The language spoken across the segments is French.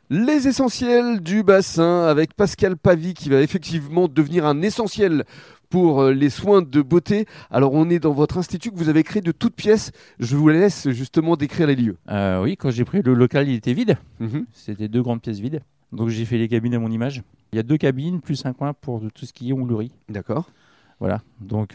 Les essentiels du bassin avec Pascal Pavie qui va effectivement devenir un essentiel pour les soins de beauté. Alors on est dans votre institut que vous avez créé de toutes pièces. Je vous laisse justement décrire les lieux. Oui, quand j'ai pris le local, il était vide. Mhm. C'était 2 grandes pièces vides. Donc j'ai fait les cabines à mon image. Il y a 2 cabines plus un coin pour tout ce qui est onglerie. D'accord. Voilà. Donc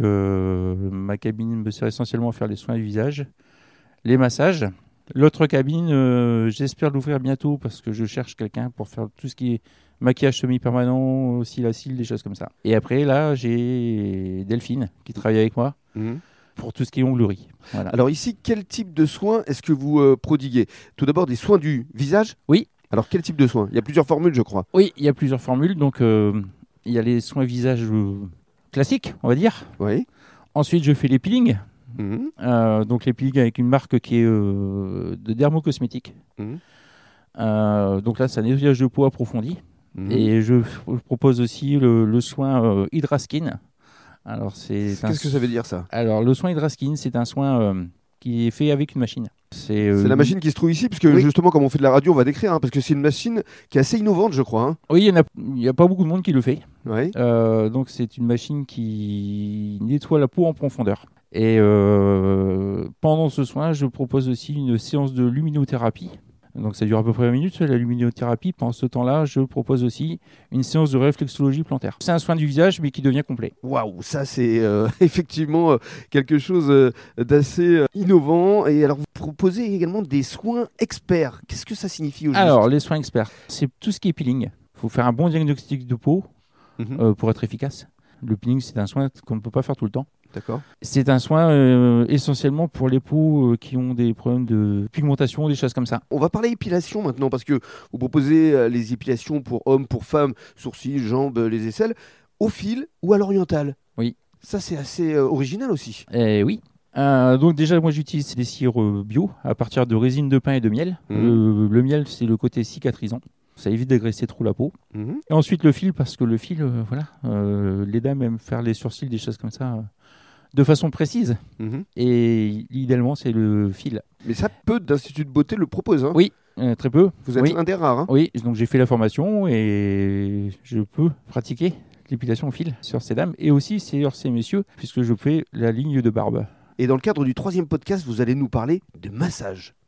ma cabine me sert essentiellement à faire les soins du visage, les massages. L'autre cabine, j'espère l'ouvrir bientôt parce que je cherche quelqu'un pour faire tout ce qui est maquillage semi-permanent, cils à cils, des choses comme ça. Et après, là, j'ai Delphine qui travaille avec moi Mhm. pour tout ce qui est onglerie. Voilà. Alors ici, quel type de soins est-ce que vous prodiguez? Tout d'abord des soins du visage? Oui. Alors quel type de soins? Il y a plusieurs formules je crois. Oui, il y a plusieurs formules. Donc, il y a les soins visage classiques, on va dire. Oui. Ensuite, je fais les peelings. Mhm. Donc, les peelings avec une marque qui est de dermocosmétique. Mhm. Donc là, c'est un nettoyage de peau approfondi. Mhm. Et je propose aussi le soin Hydraskin. Alors, Qu'est-ce que ça veut dire ça? Alors, le soin Hydraskin, c'est un soin qui est fait avec une machine. C'est la machine qui se trouve ici, parce que Oui. justement, comme on fait de la radio, on va décrire, hein, parce que c'est une machine qui est assez innovante, je crois. Hein. Oui, il y a pas beaucoup de monde qui le fait. Ouais. Donc, c'est une machine qui nettoie la peau en profondeur. Et pendant ce soin, je propose aussi une séance de luminothérapie. Donc, ça dure à peu près 20 minutes, la luminothérapie. Pendant ce temps-là, je propose aussi une séance de réflexologie plantaire. C'est un soin du visage, mais qui devient complet. Waouh, ça c'est effectivement quelque chose d'assez innovant. Et alors, vous proposez également des soins experts. Qu'est-ce que ça signifie au juste? Alors, les soins experts, c'est tout ce qui est peeling. Il faut faire un bon diagnostic de peau pour être efficace. Le peeling, c'est un soin qu'on ne peut pas faire tout le temps. D'accord. C'est un soin essentiellement pour les peaux qui ont des problèmes de pigmentation, des choses comme ça. On va parler épilation maintenant, parce que vous proposez les épilations pour hommes, pour femmes, sourcils, jambes, les aisselles, au fil ou à l'oriental. Oui. Ça c'est assez original aussi. Oui. Donc déjà, moi j'utilise des cires bio à partir de résine de pin et de miel. Le miel, c'est le côté cicatrisant. Ça évite d'agresser trop la peau. Mhm. Et ensuite le fil, parce que le fil, les dames aiment faire les sourcils, des choses comme ça, de façon précise. Mhm. Et idéalement, c'est le fil. Mais ça, peu d'instituts de beauté le proposent. Hein. Oui, très peu. Vous êtes Oui. l'un des rares. Hein. Oui, donc j'ai fait la formation et je peux pratiquer l'épilation au fil sur ces dames et aussi sur ces messieurs, puisque je fais la ligne de barbe. Et dans le cadre du 3e podcast, vous allez nous parler de massage.